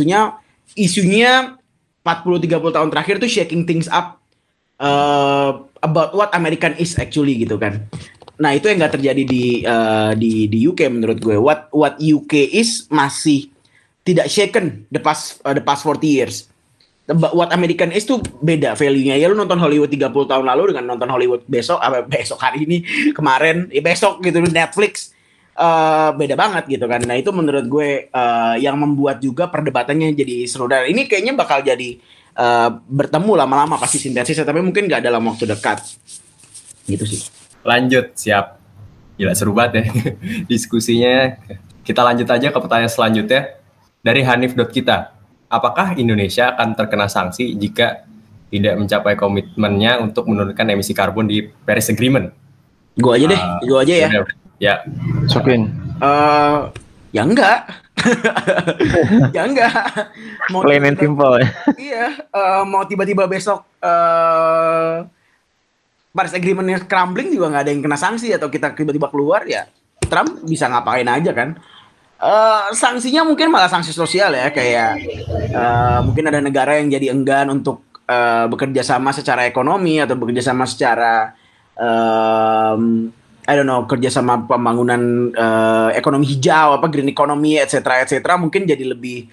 40-30 tahun terakhir tuh shaking things up about what American is actually gitu kan. Nah, itu yang nggak terjadi di UK menurut gue. What UK is masih tidak shaken the past 40 years. What American is tuh beda value-nya. Ya lu nonton Hollywood 30 tahun lalu dengan nonton Hollywood besok hari ini, kemarin, besok gitu Netflix, beda banget gitu kan. Nah, itu menurut gue yang membuat juga perdebatannya jadi seru. Dan ini kayaknya bakal jadi bertemu lama-lama pasti sintesisnya, tapi mungkin nggak dalam waktu dekat. Gitu sih. Lanjut, siap. Gila seru banget ya diskusinya. Kita lanjut aja ke pertanyaan selanjutnya dari Hanif.kita. Apakah Indonesia akan terkena sanksi jika tidak mencapai komitmennya untuk menurunkan emisi karbon di Paris Agreement? Gue aja ya. Ya. Sokin. Ya enggak. Ya enggak. Plain and simple. Iya. Mau tiba-tiba besok Paris Agreement-nya crumbling juga nggak ada yang kena sanksi, atau kita tiba-tiba keluar ya Trump bisa ngapain aja kan. Sanksinya mungkin malah sanksi sosial ya, kayak mungkin ada negara yang jadi enggan untuk bekerja sama secara ekonomi atau bekerja sama secara kerjasama pembangunan ekonomi hijau, green economy, etc. Mungkin jadi lebih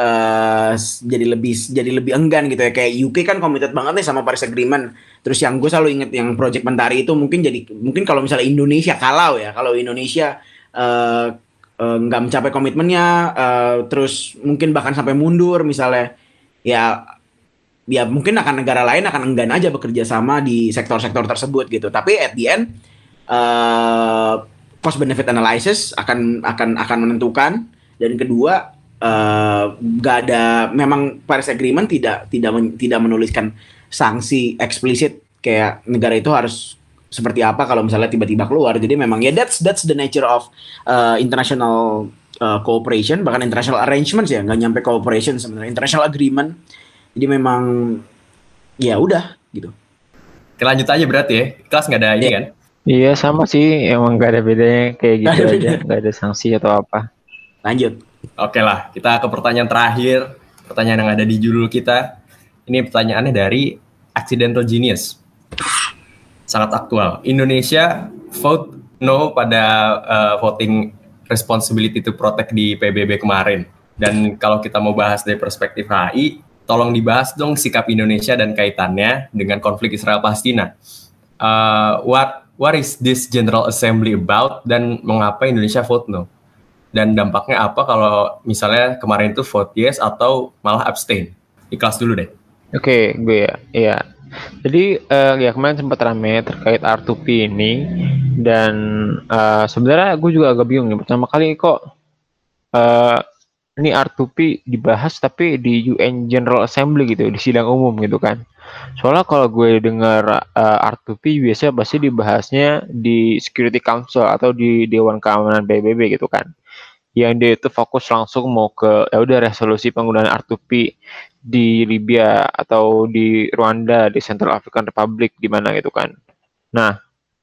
enggan gitu ya. Kayak UK kan committed banget nih sama Paris Agreement. Terus yang gue selalu inget yang Project Mentari itu mungkin kalau misalnya Indonesia kalau Indonesia nggak mencapai komitmennya, terus mungkin bahkan sampai mundur misalnya, ya mungkin negara lain akan enggan aja bekerja sama di sektor-sektor tersebut gitu. Tapi at the end cost benefit analysis akan menentukan Dan kedua, nggak ada, memang Paris Agreement tidak menuliskan sanksi eksplisit kayak negara itu harus seperti apa kalau misalnya tiba-tiba keluar. Jadi memang ya that's the nature of international cooperation, bahkan international arrangements ya, nggak nyampe cooperation sebenarnya, international agreement. Jadi memang ya udah gitu. Kita lanjut aja berarti ya. Kelas nggak ada ini kan? Iya sama sih, emang gak ada bedanya kayak gitu aja, gak ada sanksi atau apa. Lanjut. Oke lah, kita ke pertanyaan terakhir. Pertanyaan yang ada di judul kita. Ini pertanyaannya dari Accidental Genius. Sangat aktual. Indonesia vote no pada voting responsibility to protect di PBB kemarin. Dan kalau kita mau bahas dari perspektif HI, tolong dibahas dong sikap Indonesia dan kaitannya dengan konflik Israel-Palestina. What is this General Assembly about, dan mengapa Indonesia vote no? Dan dampaknya apa kalau misalnya kemarin itu vote yes atau malah abstain? Ikhlas dulu deh. Oke, gue ya. Jadi ya kemarin sempat rame terkait R2P ini, dan sebenarnya gue juga agak bingung nih, pertama kali kok ini R2P dibahas tapi di UN General Assembly gitu, di sidang umum gitu kan. Soalnya kalau gue dengar R2P biasanya pasti dibahasnya di Security Council atau di Dewan Keamanan PBB gitu kan. Yang dia itu fokus langsung mau ke ya udah resolusi penggunaan R2P di Libya atau di Rwanda, di Central African Republic, di mana gitu kan. Nah,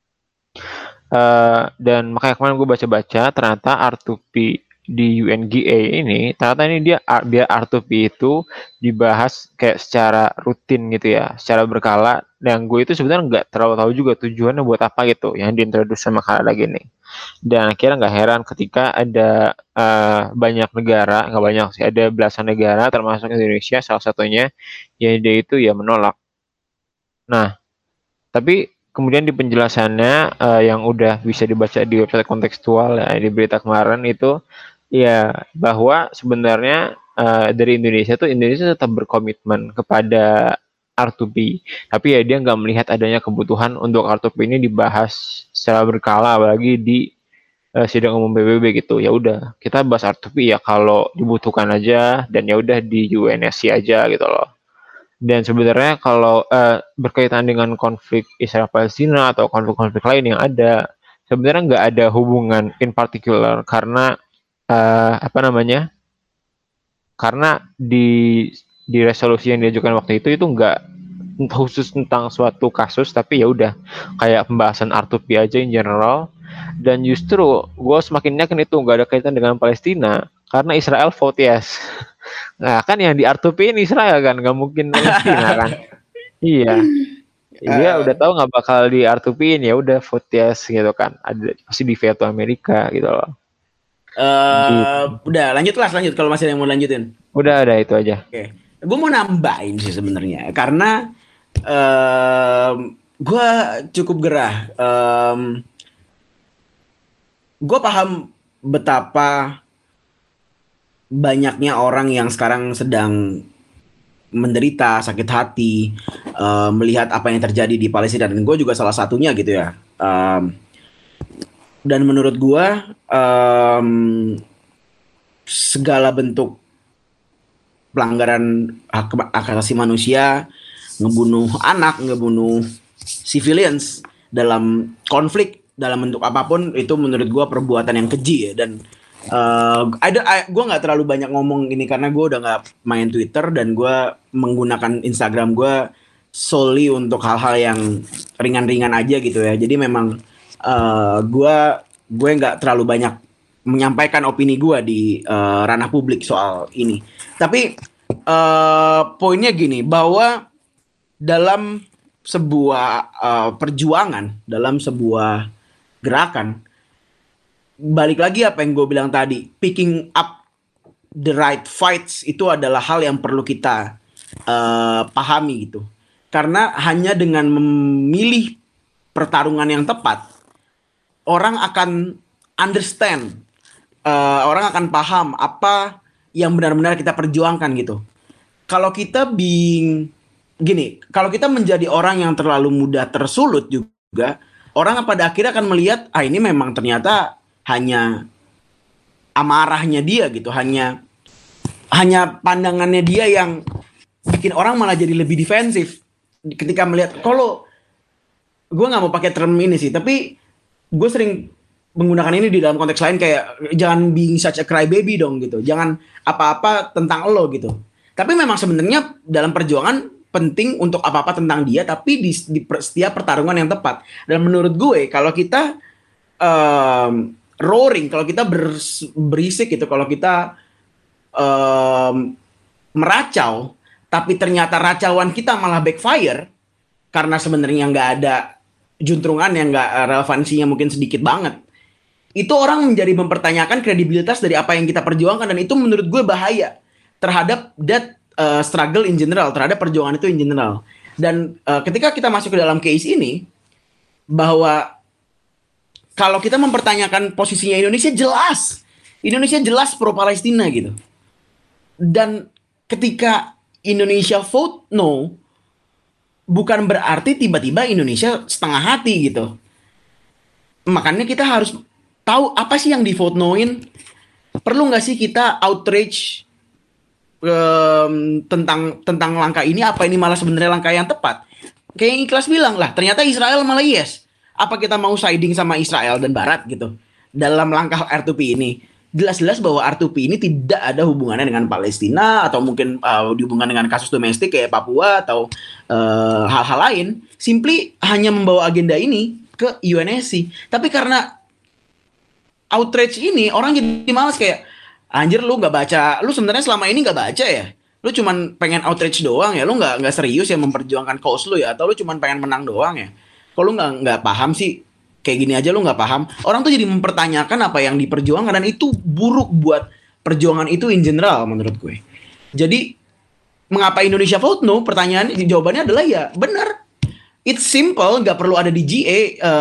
dan makanya kemarin gue baca-baca ternyata R2P di UNGA ini ternyata ini dia biar R2P itu dibahas kayak secara rutin gitu ya, secara berkala. Dan gue itu sebenarnya nggak terlalu tahu juga tujuannya buat apa gitu yang diintroduksi sama Kanada gini. Dan akhirnya nggak heran ketika ada banyak negara, nggak banyak sih, ada belasan negara termasuk Indonesia salah satunya, yang dia itu ya menolak. Nah, tapi kemudian di penjelasannya yang udah bisa dibaca di website kontekstual ya, di berita kemarin itu ya bahwa sebenarnya dari Indonesia tetap berkomitmen kepada R2P, tapi ya dia nggak melihat adanya kebutuhan untuk R2P ini dibahas secara berkala, apalagi di sidang umum PBB gitu. Ya udah kita bahas R2P ya kalau dibutuhkan aja, dan ya udah di UNSC aja gitu loh. Dan sebenarnya kalau berkaitan dengan konflik Israel Palestina atau konflik-konflik lain yang ada, sebenarnya nggak ada hubungan in particular karena karena di resolusi yang diajukan waktu itu nggak khusus tentang suatu kasus, tapi ya udah kayak pembahasan R2P aja in general. Dan justru gue semakin yakin itu nggak ada kaitan dengan Palestina karena Israel vote yes. Nah kan yang di R2P ini Israel kan, nggak mungkin Palestina kan. Iya. Dia udah tahu nggak bakal di R2P ini, ya udah vote yes gitu kan. Ada pasti di veto Amerika gitu loh. Udah lanjut kalau masih ada yang mau lanjutin. Udah ada itu aja. Oke. Gue mau nambahin sih sebenarnya karena gue cukup gerah. Gue paham betapa banyaknya orang yang sekarang sedang menderita, sakit hati, melihat apa yang terjadi di Palestina, dan gue juga salah satunya gitu ya. Dan menurut gue segala bentuk pelanggaran hak asasi manusia, ngebunuh anak, ngebunuh civilians dalam konflik dalam bentuk apapun, itu menurut gue perbuatan yang keji ya. Dan gue nggak terlalu banyak ngomong ini karena gue udah nggak main Twitter dan gue menggunakan Instagram gue solely untuk hal-hal yang ringan-ringan aja gitu ya. Jadi memang gue nggak terlalu banyak menyampaikan opini gue di ranah publik soal ini. Tapi poinnya gini, bahwa dalam sebuah perjuangan, dalam sebuah gerakan, balik lagi apa yang gue bilang tadi, picking up the right fights itu adalah hal yang perlu kita pahami gitu. Karena hanya dengan memilih pertarungan yang tepat, orang akan understand, orang akan paham apa yang benar-benar kita perjuangkan gitu. Kalau kita kalau kita menjadi orang yang terlalu mudah tersulut juga, orang pada akhirnya akan melihat, ini memang ternyata hanya amarahnya dia gitu, hanya pandangannya dia yang bikin orang malah jadi lebih defensif ketika melihat. Kalau gue nggak mau pakai term ini sih, tapi gue sering menggunakan ini di dalam konteks lain, kayak jangan being such a crybaby dong gitu, jangan apa-apa tentang lo gitu. Tapi memang sebenarnya dalam perjuangan penting untuk apa-apa tentang dia, tapi di setiap pertarungan yang tepat. Dan menurut gue kalau kita roaring, kalau kita berisik gitu, kalau kita meracau, tapi ternyata racauan kita malah backfire karena sebenarnya nggak ada juntrungan yang nggak relevansinya mungkin sedikit banget. Itu orang menjadi mempertanyakan kredibilitas dari apa yang kita perjuangkan, dan itu menurut gue bahaya terhadap that struggle in general, terhadap perjuangan itu in general. Dan ketika kita masuk ke dalam case ini, bahwa kalau kita mempertanyakan posisinya Indonesia jelas pro Palestina gitu. Dan ketika Indonesia vote no, bukan berarti tiba-tiba Indonesia setengah hati gitu. Makanya kita harus tahu apa sih yang di vote no-in. Perlu nggak sih kita outrage tentang langkah ini? Apa ini malah sebenarnya langkah yang tepat? Kayak yang Ikhlas bilang lah, ternyata Israel malah yes. Apa kita mau siding sama Israel dan Barat gitu dalam langkah R2P ini? Jelas-jelas bahwa R2P ini tidak ada hubungannya dengan Palestina, atau mungkin dihubungkan dengan kasus domestik kayak Papua atau hal-hal lain. Simply hanya membawa agenda ini ke UNSC. Tapi karena outrage ini, orang jadi malas, kayak anjir lu nggak baca, lu sebenarnya selama ini nggak baca ya, lu cuman pengen outrage doang ya, lu nggak serius ya memperjuangkan cause lu ya, atau lu cuman pengen menang doang ya. Kalau lu nggak paham sih, kayak gini aja lu nggak paham. Orang tuh jadi mempertanyakan apa yang diperjuangkan, dan itu buruk buat perjuangan itu in general menurut gue. Jadi mengapa Indonesia vote no? Jawabannya adalah ya benar. It's simple, nggak perlu ada di GA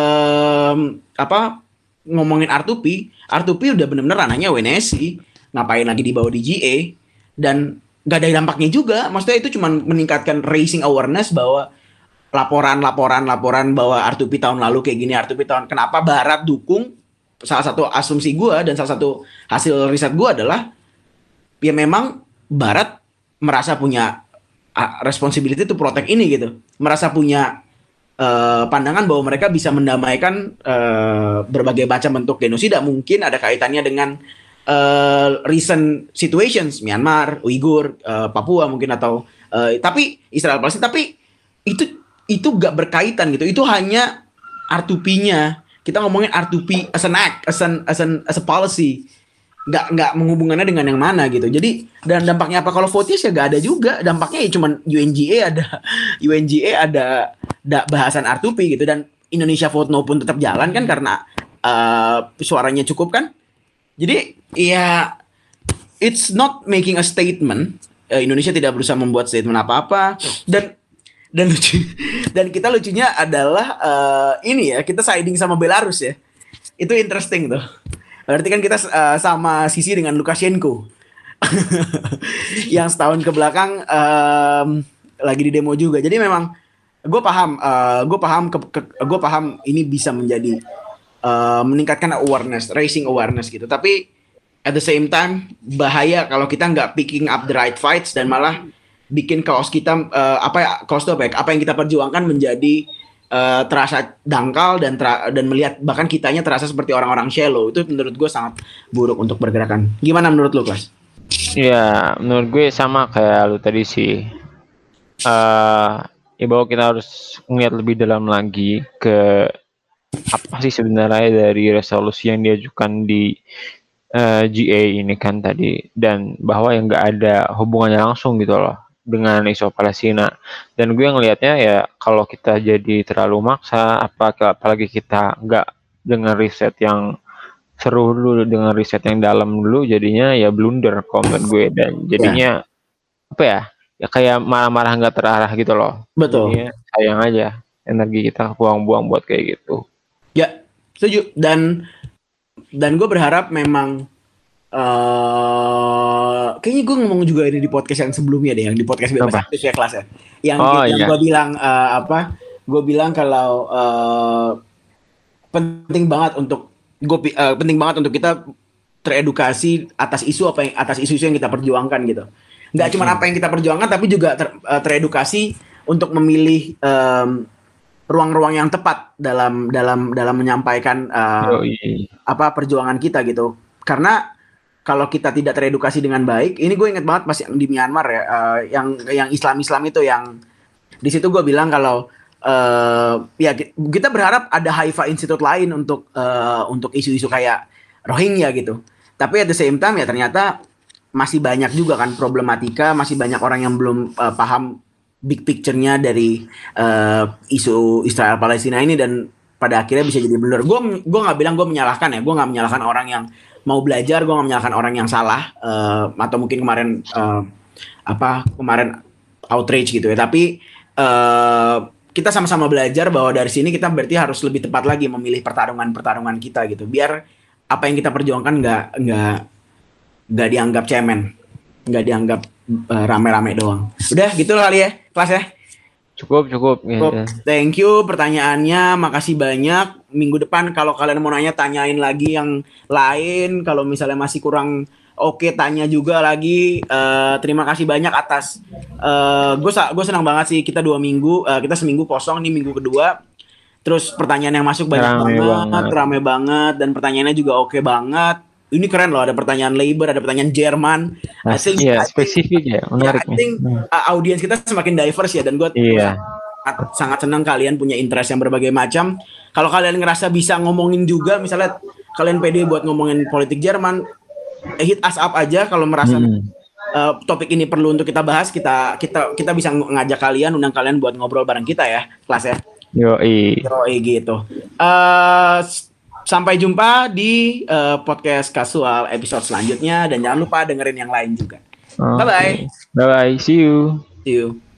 ngomongin R2P. R2P udah benar-benar ranahnya UNSC. Ngapain lagi dibawa di GA? Dan nggak ada dampaknya juga. Maksudnya itu cuma meningkatkan raising awareness bahwa laporan bahwa R2P tahun lalu kayak gini, R2P tahun, kenapa Barat dukung. Salah satu asumsi gue dan salah satu hasil riset gue adalah ya memang Barat merasa punya responsibility to protect ini gitu, merasa punya pandangan bahwa mereka bisa mendamaikan berbagai macam bentuk genosida. Mungkin ada kaitannya dengan recent situations, Myanmar, Uighur, Papua mungkin, atau tapi Israel Palestina. Tapi itu gak berkaitan gitu. Itu hanya R2P-nya. Kita ngomongin R2P as an act, as a policy. Gak menghubungannya dengan yang mana gitu. Jadi, dan dampaknya apa kalau vote yes ya gak ada juga. Dampaknya ya cuman UNGA ada bahasan R2P gitu. Dan Indonesia vote no pun tetap jalan kan, karena suaranya cukup kan. Jadi ya it's not making a statement. Indonesia tidak berusaha membuat statement apa-apa. Dan kita lucunya adalah ini ya, kita siding sama Belarus ya. Itu interesting tuh. Berarti kan kita sama sisi dengan Lukashenko. Yang setahun ke belakang lagi di demo juga. Jadi memang gue paham ini bisa menjadi meningkatkan awareness, raising awareness gitu. Tapi at the same time bahaya kalau kita nggak picking up the right fights dan malah bikin kaos kita apa yang kita perjuangkan menjadi terasa dangkal dan melihat bahkan kitanya terasa seperti orang-orang shallow. Itu menurut gue sangat buruk untuk pergerakan. Gimana menurut lu, Klas? Ya, menurut gue sama kayak lu tadi sih. Ya bahwa kita harus ngeliat lebih dalam lagi ke apa sih sebenarnya dari resolusi yang diajukan di GA ini kan tadi, dan bahwa yang nggak ada hubungannya langsung gitu loh dengan isu Palestina. Dan gue ngelihatnya ya kalau kita jadi terlalu maksa, apalagi kita nggak dengan riset yang seru dulu, dengan riset yang dalam dulu, jadinya ya blunder comment gue, dan jadinya apa ya kayak marah-marah nggak terarah gitu loh. Betul. Jadinya sayang aja energi kita buang-buang buat kayak gitu. Ya, setuju. Dan gue berharap memang kayaknya gue ngomong juga ini di podcast yang sebelumnya deh, yang di podcast bebas aktif ya, Kelas ya. Yang gue bilang gue bilang kalau penting banget untuk kita teredukasi atas isu-isu yang kita perjuangkan gitu. Nggak cuma apa yang kita perjuangkan, tapi juga teredukasi untuk memilih ruang-ruang yang tepat dalam menyampaikan perjuangan kita gitu. Karena kalau kita tidak teredukasi dengan baik, ini gue inget banget pas yang di Myanmar ya, yang Islam itu yang di situ gue bilang kalau ya kita berharap ada Haifa Institute lain untuk isu-isu kayak Rohingya gitu. Tapi at the same time ya ternyata masih banyak juga kan problematika, masih banyak orang yang belum paham big picture-nya dari isu Israel Palestina ini, dan pada akhirnya bisa jadi blunder. Gue nggak bilang gue menyalahkan ya, gue nggak menyalahkan orang yang mau belajar, gue nggak menyalahkan orang yang salah atau mungkin kemarin outrage gitu ya. Tapi kita sama-sama belajar bahwa dari sini kita berarti harus lebih tepat lagi memilih pertarungan kita gitu, biar apa yang kita perjuangkan nggak dianggap cemen, nggak dianggap rame-rame doang. Udah gitu kali ya kelas ya. Cukup. Ya. Thank you pertanyaannya, makasih banyak. Minggu depan kalau kalian mau nanya, tanyain lagi yang lain. Kalau misalnya masih kurang oke, tanya juga lagi. Terima kasih banyak atas. Gue senang banget sih kita 2 minggu, kita seminggu kosong, nih minggu kedua. Terus pertanyaan yang masuk banyak rame banget, dan pertanyaannya juga oke banget. Ini keren loh, ada pertanyaan labor, ada pertanyaan Jerman. Spesifik ya, menarik. I think audiens kita semakin diverse ya, dan gue sangat senang kalian punya interest yang berbagai macam. Kalau kalian ngerasa bisa ngomongin juga, misalnya kalian pede buat ngomongin politik Jerman, hit us up aja kalau merasa topik ini perlu untuk kita bahas. Kita bisa ngajak kalian, undang kalian buat ngobrol bareng kita ya, kelas ya. Yoi gitu. Sampai jumpa di podcast Kasual episode selanjutnya, dan jangan lupa dengerin yang lain juga. Bye bye. See you.